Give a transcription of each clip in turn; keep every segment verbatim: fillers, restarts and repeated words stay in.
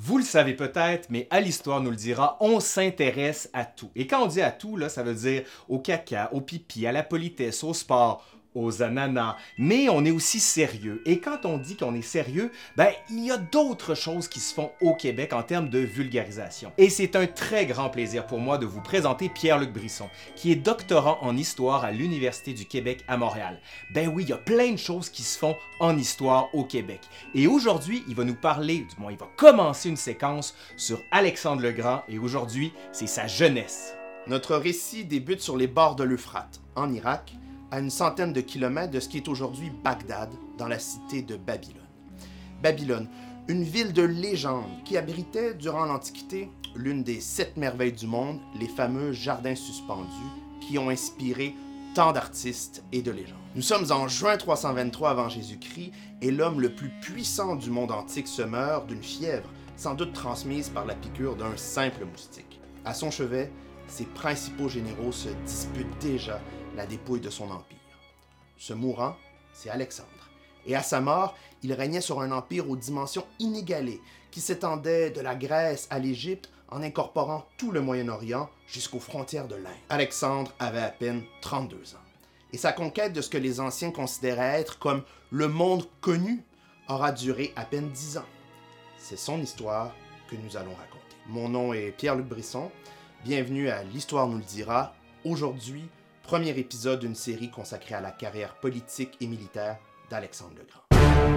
Vous le savez peut-être, mais à l'Histoire nous le dira, on s'intéresse à tout. Et quand on dit à tout, là, ça veut dire au caca, au pipi, à la politesse, au sport, aux ananas, mais on est aussi sérieux. Et quand on dit qu'on est sérieux, ben il y a d'autres choses qui se font au Québec en termes de vulgarisation. Et c'est un très grand plaisir pour moi de vous présenter Pierre-Luc Brisson, qui est doctorant en histoire à l'Université du Québec à Montréal. Ben oui, il y a plein de choses qui se font en histoire au Québec. Et aujourd'hui, il va nous parler, du moins il va commencer une séquence sur Alexandre le Grand, et aujourd'hui, c'est sa jeunesse. Notre récit débute sur les bords de l'Euphrate, en Irak, à une centaine de kilomètres de ce qui est aujourd'hui Bagdad, dans la cité de Babylone. Babylone, une ville de légende qui abritait durant l'Antiquité l'une des sept merveilles du monde, les fameux jardins suspendus, qui ont inspiré tant d'artistes et de légendes. Nous sommes en juin trois cent vingt-trois avant Jésus-Christ et l'homme le plus puissant du monde antique se meurt d'une fièvre, sans doute transmise par la piqûre d'un simple moustique. À son chevet, ses principaux généraux se disputent déjà la dépouille de son empire. Ce mourant, c'est Alexandre. Et à sa mort, il régnait sur un empire aux dimensions inégalées, qui s'étendait de la Grèce à l'Égypte en incorporant tout le Moyen-Orient jusqu'aux frontières de l'Inde. Alexandre avait à peine trente-deux ans. Et sa conquête de ce que les anciens considéraient être comme le monde connu aura duré à peine dix ans. C'est son histoire que nous allons raconter. Mon nom est Pierre-Luc Brisson. Bienvenue à l'Histoire nous le dira. Aujourd'hui, premier épisode d'une série consacrée à la carrière politique et militaire d'Alexandre le Grand.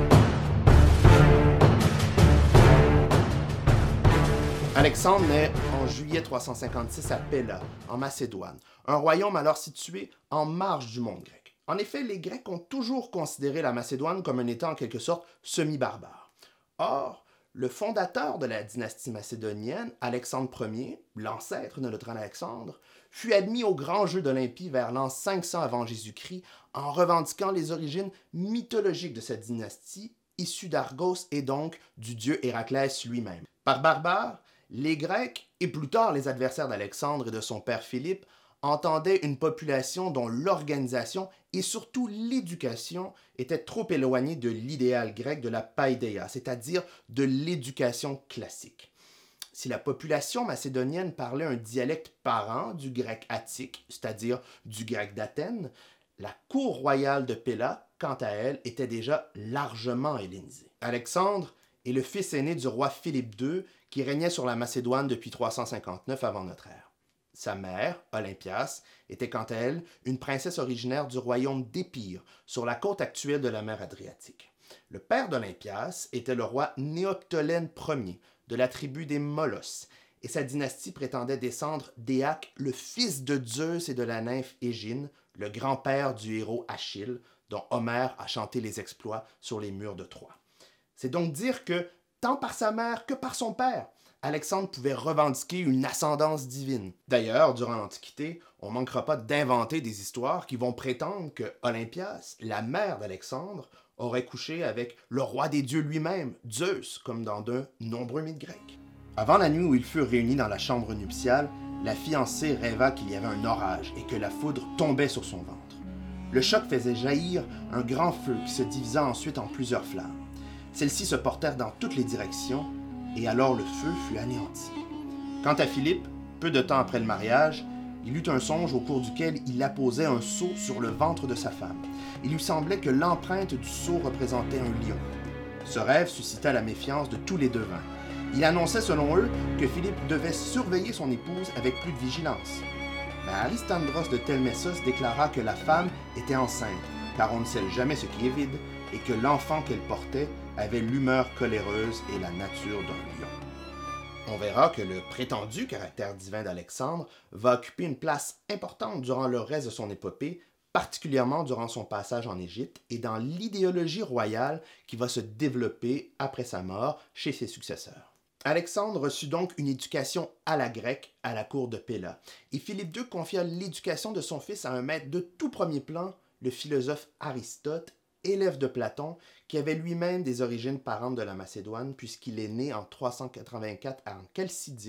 Alexandre naît en juillet trois cent cinquante-six à Pella, en Macédoine, un royaume alors situé en marge du monde grec. En effet, les Grecs ont toujours considéré la Macédoine comme un État en quelque sorte semi-barbare. Or, le fondateur de la dynastie macédonienne, Alexandre Ier, l'ancêtre de notre Alexandre, fut admis au grand jeu d'Olympie vers l'an cinq cents avant Jésus-Christ en revendiquant les origines mythologiques de cette dynastie, issue d'Argos et donc du dieu Héraclès lui-même. Par barbare, les Grecs, et plus tard les adversaires d'Alexandre et de son père Philippe, entendaient une population dont l'organisation et surtout l'éducation étaient trop éloignées de l'idéal grec de la paideia, c'est-à-dire de l'éducation classique. Si la population macédonienne parlait un dialecte parent du grec attique, c'est-à-dire du grec d'Athènes, la cour royale de Pella, quant à elle, était déjà largement hellénisée. Alexandre est le fils aîné du roi Philippe deux, qui régnait sur la Macédoine depuis trois cent cinquante-neuf avant notre ère. Sa mère, Olympias, était quant à elle une princesse originaire du royaume d'Épire, sur la côte actuelle de la mer Adriatique. Le père d'Olympias était le roi Néoptolène Ier, de la tribu des Molosses, et sa dynastie prétendait descendre d'Éaque, le fils de Zeus et de la nymphe Égine, le grand-père du héros Achille, dont Homère a chanté les exploits sur les murs de Troie. C'est donc dire que, tant par sa mère que par son père, Alexandre pouvait revendiquer une ascendance divine. D'ailleurs, durant l'Antiquité, on ne manquera pas d'inventer des histoires qui vont prétendre que Olympias, la mère d'Alexandre, aurait couché avec le roi des dieux lui-même, Zeus, comme dans de nombreux mythes grecs. Avant la nuit où ils furent réunis dans la chambre nuptiale, la fiancée rêva qu'il y avait un orage et que la foudre tombait sur son ventre. Le choc faisait jaillir un grand feu qui se divisa ensuite en plusieurs flammes. Celles-ci se portèrent dans toutes les directions, et alors le feu fut anéanti. Quant à Philippe, peu de temps après le mariage, il eut un songe au cours duquel il apposait un sceau sur le ventre de sa femme. Il lui semblait que l'empreinte du sceau représentait un lion. Ce rêve suscita la méfiance de tous les devins. Il annonçait selon eux que Philippe devait surveiller son épouse avec plus de vigilance. Mais Aristandros de Telmessos déclara que la femme était enceinte, car on ne sait jamais ce qui est vide, et que l'enfant qu'elle portait avait l'humeur coléreuse et la nature d'un lion. On verra que le prétendu caractère divin d'Alexandre va occuper une place importante durant le reste de son épopée, particulièrement durant son passage en Égypte et dans l'idéologie royale qui va se développer après sa mort chez ses successeurs. Alexandre reçut donc une éducation à la grecque à la cour de Pella, et Philippe deux confia l'éducation de son fils à un maître de tout premier plan, le philosophe Aristote, élève de Platon, qui avait lui-même des origines parentes de la Macédoine, puisqu'il est né en trois cent quatre-vingt-quatre en Chalcidique,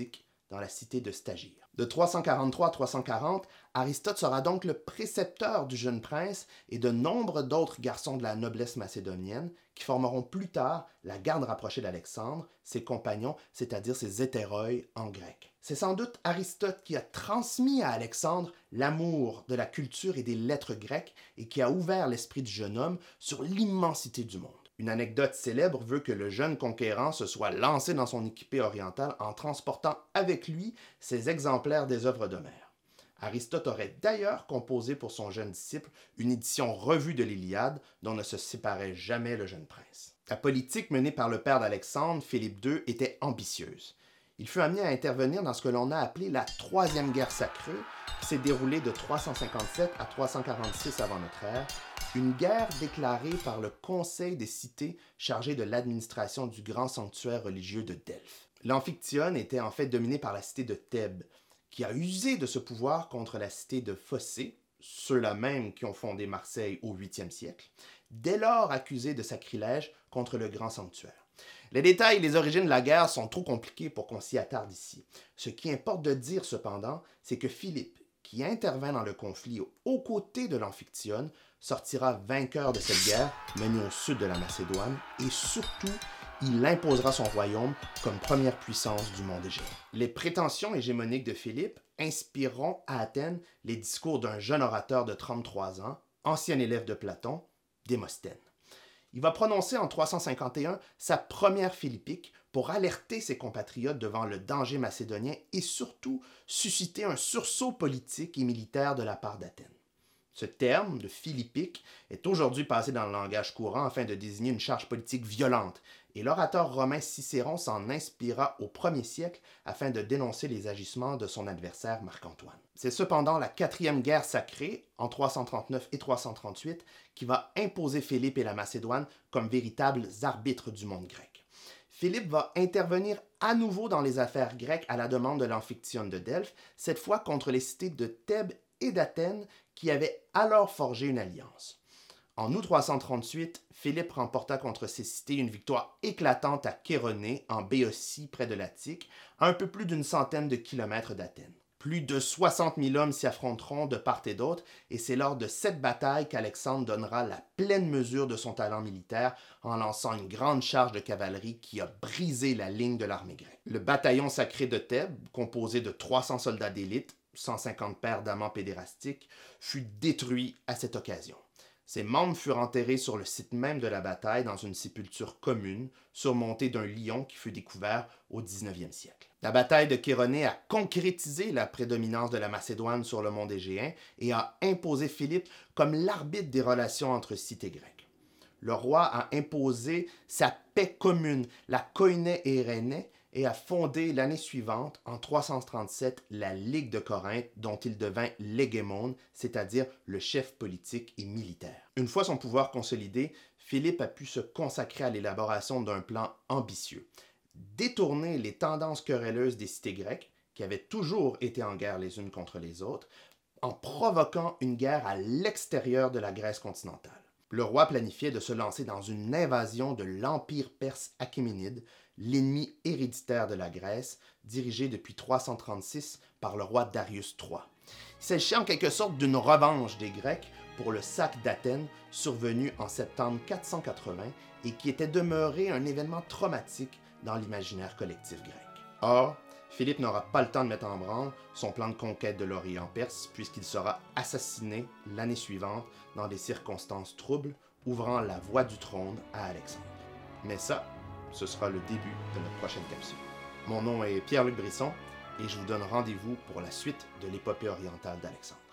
dans la cité de Stagir. De trois cent quarante-trois à trois cent quarante, Aristote sera donc le précepteur du jeune prince et de nombre d'autres garçons de la noblesse macédonienne qui formeront plus tard la garde rapprochée d'Alexandre, ses compagnons, c'est-à-dire ses hétéroi en grec. C'est sans doute Aristote qui a transmis à Alexandre l'amour de la culture et des lettres grecques et qui a ouvert l'esprit du jeune homme sur l'immensité du monde. Une anecdote célèbre veut que le jeune conquérant se soit lancé dans son équipée orientale en transportant avec lui ses exemplaires des œuvres d'Homère. Aristote aurait d'ailleurs composé pour son jeune disciple une édition revue de l'Iliade dont ne se séparait jamais le jeune prince. La politique menée par le père d'Alexandre, Philippe deux, était ambitieuse. Il fut amené à intervenir dans ce que l'on a appelé la Troisième Guerre sacrée, qui s'est déroulée de trois cent cinquante-sept à trois cent quarante-six avant notre ère, une guerre déclarée par le Conseil des cités chargé de l'administration du grand sanctuaire religieux de Delphes. L'Amphictyone était en fait dominée par la cité de Thèbes, qui a usé de ce pouvoir contre la cité de Phocée, ceux-là même qui ont fondé Marseille au huitième siècle, dès lors accusés de sacrilège contre le grand sanctuaire. Les détails et les origines de la guerre sont trop compliqués pour qu'on s'y attarde ici. Ce qui importe de dire cependant, c'est que Philippe, qui intervint dans le conflit aux côtés de l'Amphictyone, sortira vainqueur de cette guerre menée au sud de la Macédoine et surtout, il imposera son royaume comme première puissance du monde égéen. Les prétentions hégémoniques de Philippe inspireront à Athènes les discours d'un jeune orateur de trente-trois ans, ancien élève de Platon, Démosthène. Il va prononcer en trois cent cinquante et un sa première philippique pour alerter ses compatriotes devant le danger macédonien et surtout susciter un sursaut politique et militaire de la part d'Athènes. Ce terme de philippique est aujourd'hui passé dans le langage courant afin de désigner une charge politique violente, et l'orateur romain Cicéron s'en inspira au premier siècle afin de dénoncer les agissements de son adversaire Marc-Antoine. C'est cependant la quatrième guerre sacrée, en trois cent trente-neuf et trois cent trente-huit, qui va imposer Philippe et la Macédoine comme véritables arbitres du monde grec. Philippe va intervenir à nouveau dans les affaires grecques à la demande de l'Amphictyone de Delphes, cette fois contre les cités de Thèbes et d'Athènes qui avaient alors forgé une alliance. En août trois cent trente-huit, Philippe remporta contre ces cités une victoire éclatante à Chéronée, en Béotie, près de l'Attique, à un peu plus d'une centaine de kilomètres d'Athènes. Plus de soixante mille hommes s'y affronteront de part et d'autre, et c'est lors de cette bataille qu'Alexandre donnera la pleine mesure de son talent militaire en lançant une grande charge de cavalerie qui a brisé la ligne de l'armée grecque. Le bataillon sacré de Thèbes, composé de trois cents soldats d'élite, cent cinquante paires d'amants pédérastiques, fut détruit à cette occasion. Ses membres furent enterrés sur le site même de la bataille dans une sépulture commune, surmontée d'un lion qui fut découvert au dix-neuvième siècle. La bataille de Chéronée a concrétisé la prédominance de la Macédoine sur le monde égéen et a imposé Philippe comme l'arbitre des relations entre cités grecques. Le roi a imposé sa paix commune, la koiné Eirénée, et a fondé l'année suivante, en trois cent trente-sept, la Ligue de Corinthe, dont il devint l'hégémone, c'est-à-dire le chef politique et militaire. Une fois son pouvoir consolidé, Philippe a pu se consacrer à l'élaboration d'un plan ambitieux. Détourner les tendances querelleuses des cités grecques, qui avaient toujours été en guerre les unes contre les autres, en provoquant une guerre à l'extérieur de la Grèce continentale. Le roi planifiait de se lancer dans une invasion de l'Empire perse achéménide, l'ennemi héréditaire de la Grèce, dirigé depuis trois cent trente-six par le roi Darius trois. Il s'agissait en quelque sorte d'une revanche des Grecs pour le sac d'Athènes survenu en septembre quatre cent quatre-vingts et qui était demeuré un événement traumatique dans l'imaginaire collectif grec. Or, Philippe n'aura pas le temps de mettre en branle son plan de conquête de l'Orient perse puisqu'il sera assassiné l'année suivante dans des circonstances troubles, ouvrant la voie du trône à Alexandre. Mais ça, ce sera le début de notre prochaine capsule. Mon nom est Pierre-Luc Brisson et je vous donne rendez-vous pour la suite de l'épopée orientale d'Alexandre.